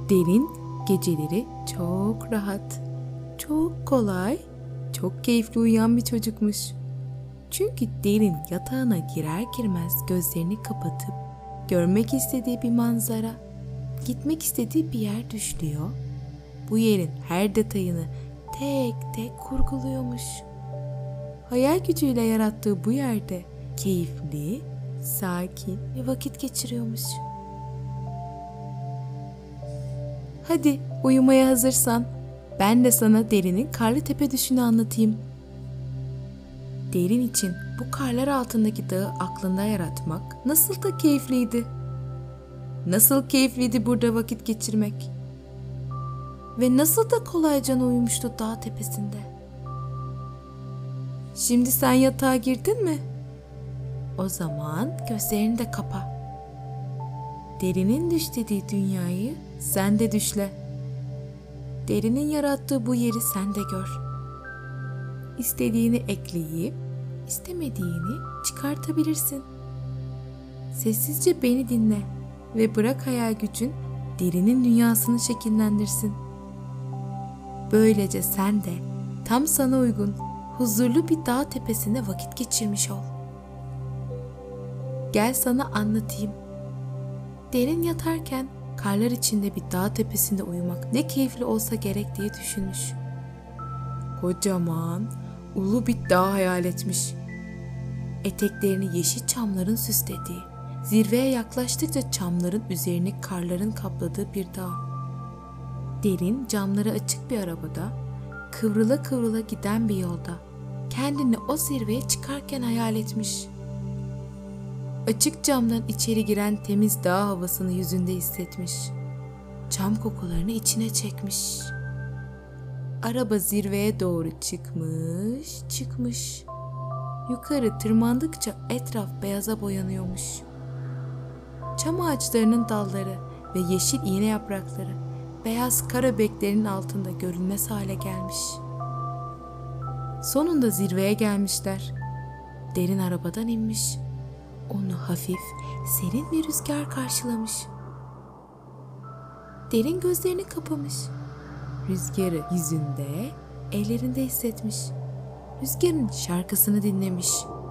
Derin geceleri çok rahat, çok kolay, çok keyifli uyuyan bir çocukmuş. Çünkü Derin yatağına girer girmez gözlerini kapatıp görmek istediği bir manzara, gitmek istediği bir yer düşlüyor. Bu yerin her detayını tek tek kurguluyormuş. Hayal gücüyle yarattığı bu yerde keyifli, sakin bir vakit geçiriyormuş. Hadi uyumaya hazırsan ben de sana Derin'in Karlıtepe düşünü anlatayım. Derin için bu karlar altındaki dağı aklında yaratmak nasıl da keyifliydi. Nasıl keyifliydi burada vakit geçirmek. Ve nasıl da kolayca uyumuştu dağ tepesinde. Şimdi sen yatağa girdin mi? O zaman gözlerini de kapa. Derinin düş dediği dünyayı sen de düşle. Derinin yarattığı bu yeri sen de gör. İstediğini ekleyip istemediğini çıkartabilirsin. Sessizce beni dinle ve bırak hayal gücün Derinin dünyasını şekillendirsin. Böylece sen de tam sana uygun, huzurlu bir dağ tepesinde vakit geçirmiş ol. Gel sana anlatayım. Derin yatarken karlar içinde bir dağ tepesinde uyumak ne keyifli olsa gerek diye düşünmüş. Kocaman, ulu bir dağ hayal etmiş. Eteklerini yeşil çamların süslediği, zirveye yaklaştıkça çamların üzerini karların kapladığı bir dağ. Derin camları açık bir arabada, kıvrıla kıvrıla giden bir yolda kendini o zirveye çıkarken hayal etmiş. Açık camdan içeri giren temiz dağ havasını yüzünde hissetmiş. Çam kokularını içine çekmiş. Araba zirveye doğru çıkmış. Yukarı tırmandıkça etraf beyaza boyanıyormuş. Çam ağaçlarının dalları ve yeşil iğne yaprakları beyaz kar öbeklerinin altında görünmez hale gelmiş. Sonunda zirveye gelmişler. Derin arabadan inmiş. Onu hafif, serin bir rüzgar karşılamış. Derin gözlerini kapamış. Rüzgarı yüzünde, ellerinde hissetmiş. Rüzgarın şarkısını dinlemiş.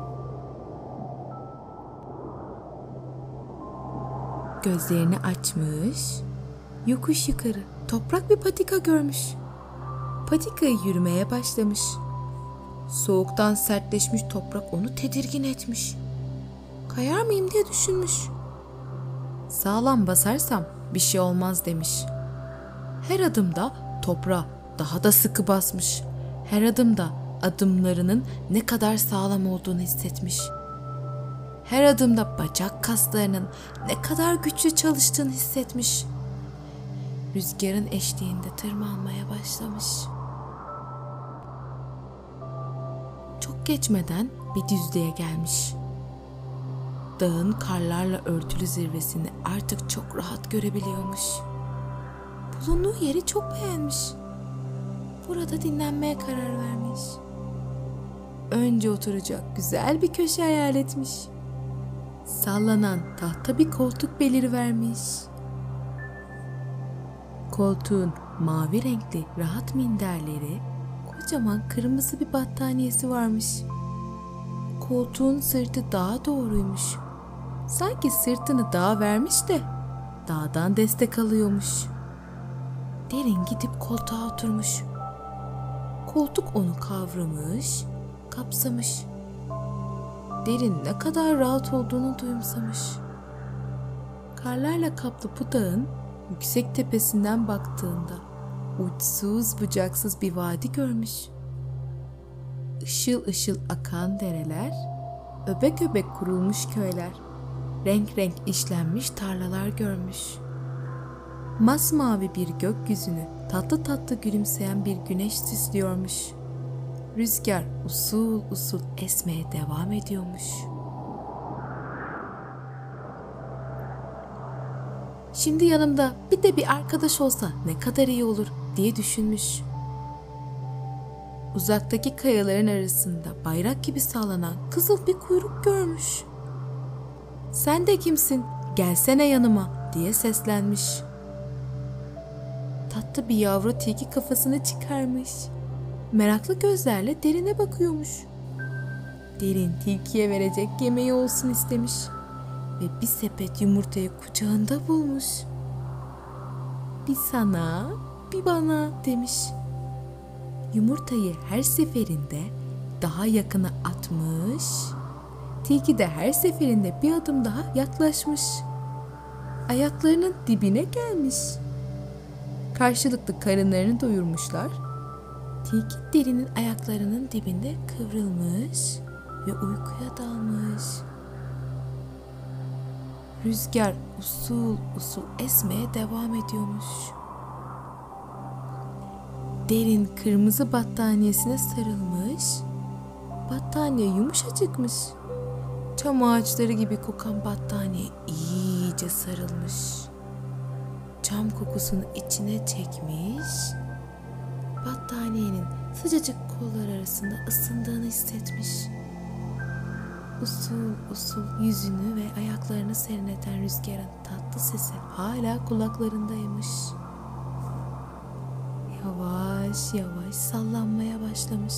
Gözlerini açmış. Yokuş yukarı toprak bir patika görmüş. Patikayı yürümeye başlamış. Soğuktan sertleşmiş toprak onu tedirgin etmiş. Kayar mıyım diye düşünmüş. Sağlam basarsam bir şey olmaz demiş. Her adımda toprağa daha da sıkı basmış. Her adımda adımlarının ne kadar sağlam olduğunu hissetmiş. Her adımda bacak kaslarının ne kadar güçlü çalıştığını hissetmiş. Rüzgarın eşliğinde tırmanmaya başlamış. Çok geçmeden bir düzlüğe gelmiş. Dağın karlarla örtülü zirvesini artık çok rahat görebiliyormuş. Bulunduğu yeri çok beğenmiş. Burada dinlenmeye karar vermiş. Önce oturacak güzel bir köşe hayal etmiş. Sallanan tahta bir koltuk belirivermiş. Koltuğun mavi renkli rahat minderleri, kocaman kırmızı bir battaniyesi varmış. Koltuğun sırtı dağa doğruymuş. Sanki sırtını dağa vermiş de dağdan destek alıyormuş. Derin gidip koltuğa oturmuş. Koltuk onu kavramış, kapsamış. Derin ne kadar rahat olduğunu duyumsamış. Karlarla kaplı bu dağın yüksek tepesinden baktığında uçsuz bucaksız bir vadi görmüş. Işıl ışıl akan dereler, öbek öbek kurulmuş köyler, renk renk işlenmiş tarlalar görmüş. Masmavi bir gökyüzünü tatlı tatlı gülümseyen bir güneş süslüyormuş. Rüzgar usul usul esmeye devam ediyormuş. Şimdi yanımda bir de bir arkadaş olsa ne kadar iyi olur diye düşünmüş. Uzaktaki kayaların arasında bayrak gibi sallanan kızıl bir kuyruk görmüş. "Sen de kimsin? Gelsene yanıma," diye seslenmiş. tatlı bir yavru tilki kafasını çıkarmış. Meraklı gözlerle Derin'e bakıyormuş. Derin tilkiye verecek yemeği olsun istemiş ve bir sepet yumurtayı kucağında bulmuş. Bir sana, bir bana demiş. Yumurtayı her seferinde daha yakına atmış. Tilki de her seferinde bir adım daha yaklaşmış. Ayaklarının dibine gelmiş. Karşılıklı karınlarını doyurmuşlar. Tilki Derin'in ayaklarının dibinde kıvrılmış ve uykuya dalmış. Rüzgar usul usul esmeye devam ediyormuş. Derin kırmızı battaniyesine sarılmış. Battaniye yumuşacıkmış. Çam ağaçları gibi kokan battaniye iyice sarılmış. Çam kokusunu içine çekmiş. Battaniyenin sıcacık kollar arasında ısındığını hissetmiş. Usul usul yüzünü ve ayaklarını serinleten rüzgarın tatlı sesi hala kulaklarındaymış. Yavaş yavaş sallanmaya başlamış.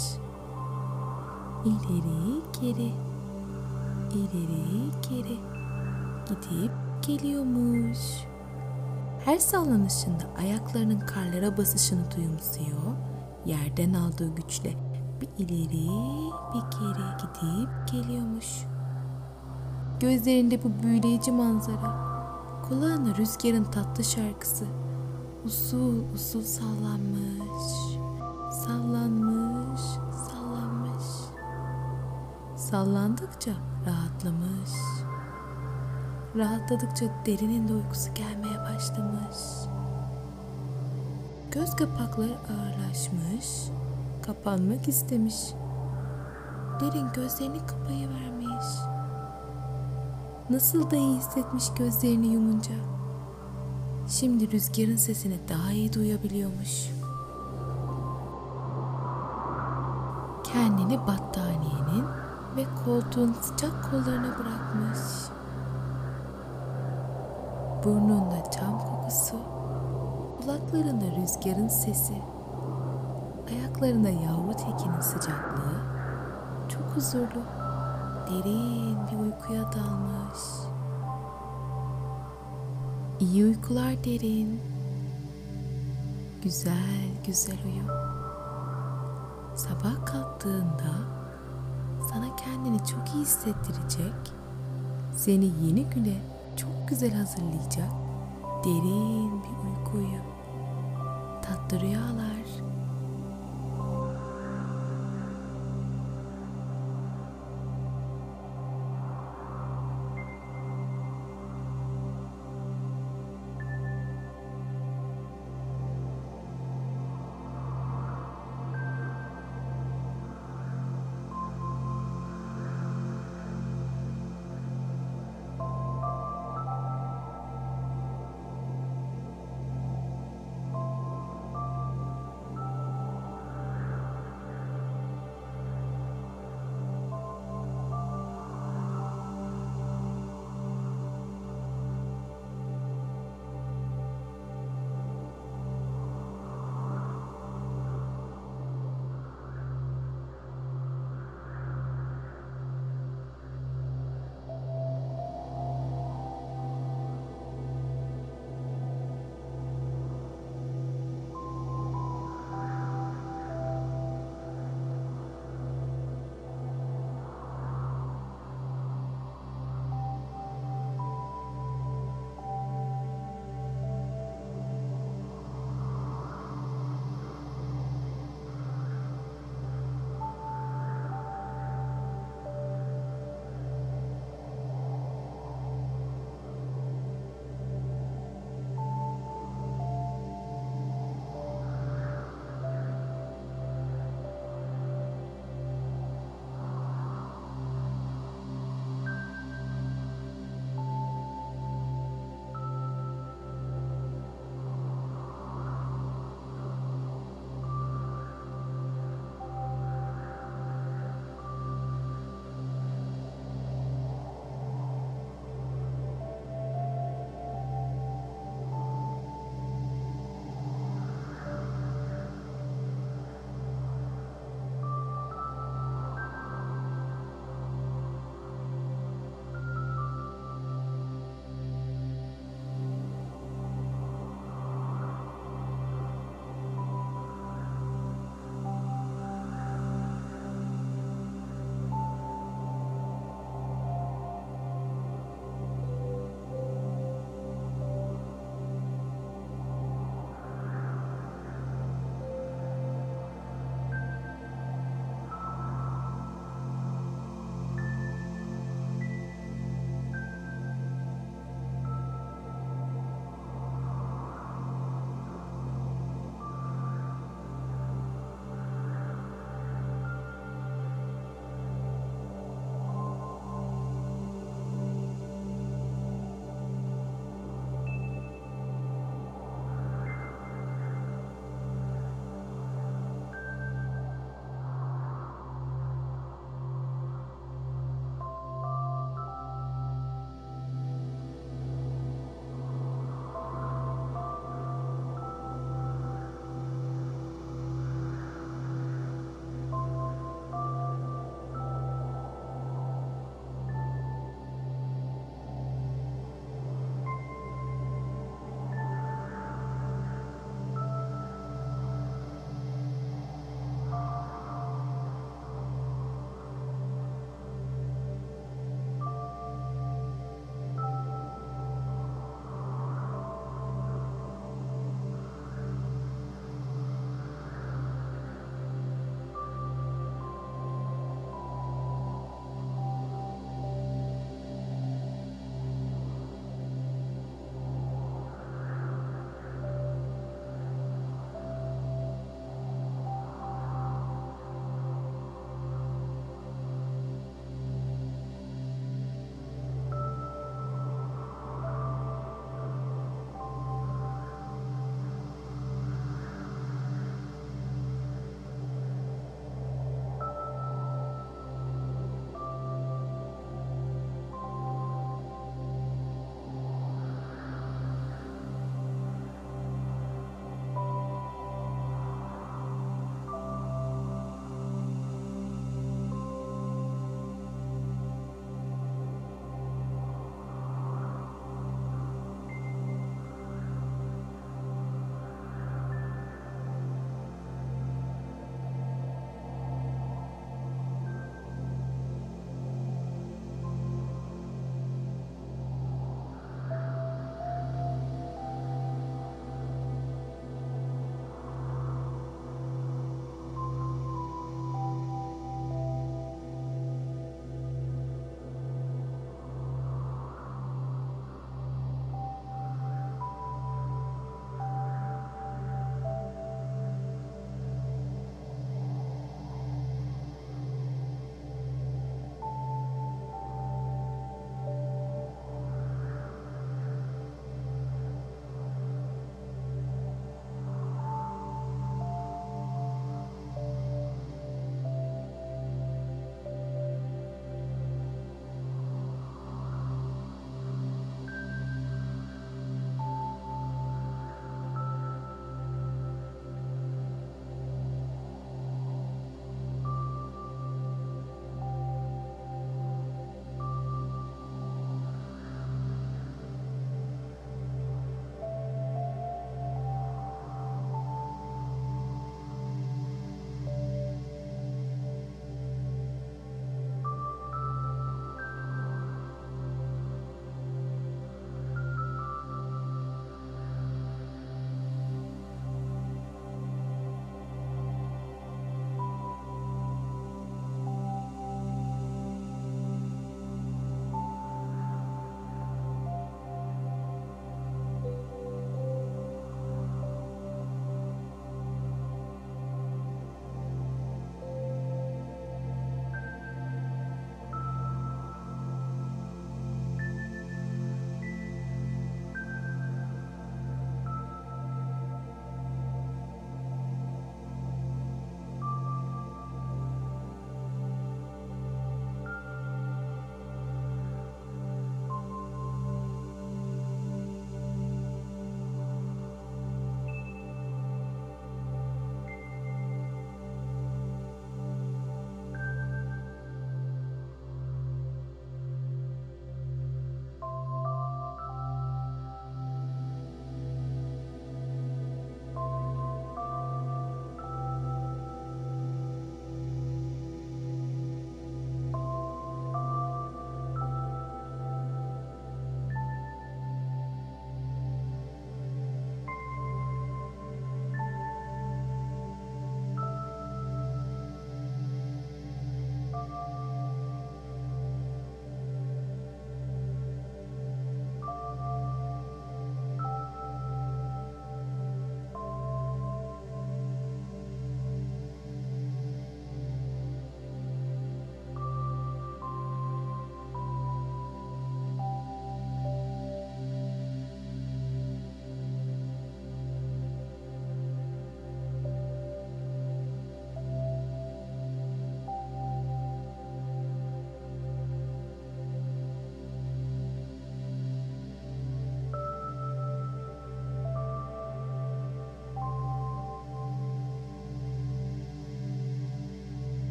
İleri geri, ileri geri gidip geliyormuş. Her sallanışında ayaklarının karlara basışını duyumsuyor, yerden aldığı güçle bir ileri bir geri gidip geliyormuş. Gözlerinde bu büyüleyici manzara, kulağına rüzgarın tatlı şarkısı usul usul sallanmış, sallanmış, sallanmış. Sallandıkça rahatlamış. Rahatladıkça Derin'in de uykusu gelmeye başlamış. Göz kapakları ağırlaşmış, kapanmak istemiş. Derin gözlerini kapayıvermiş. Nasıl da iyi hissetmiş gözlerini yumunca. Şimdi rüzgarın sesini daha iyi duyabiliyormuş. Kendini battaniyenin ve koltuğun sıcak kollarına bırakmış. Burnunda çam kokusu, kulaklarında rüzgarın sesi, ayaklarında yavru tilkinin sıcaklığı, çok huzurlu, derin bir uykuya dalmış. İyi uykular Derin. Güzel güzel uyu. Sabah kalktığında sana kendini çok iyi hissettirecek, seni yeni güne çok güzel hazırlayacak derin bir uyku uyu. Tatlı rüyalar.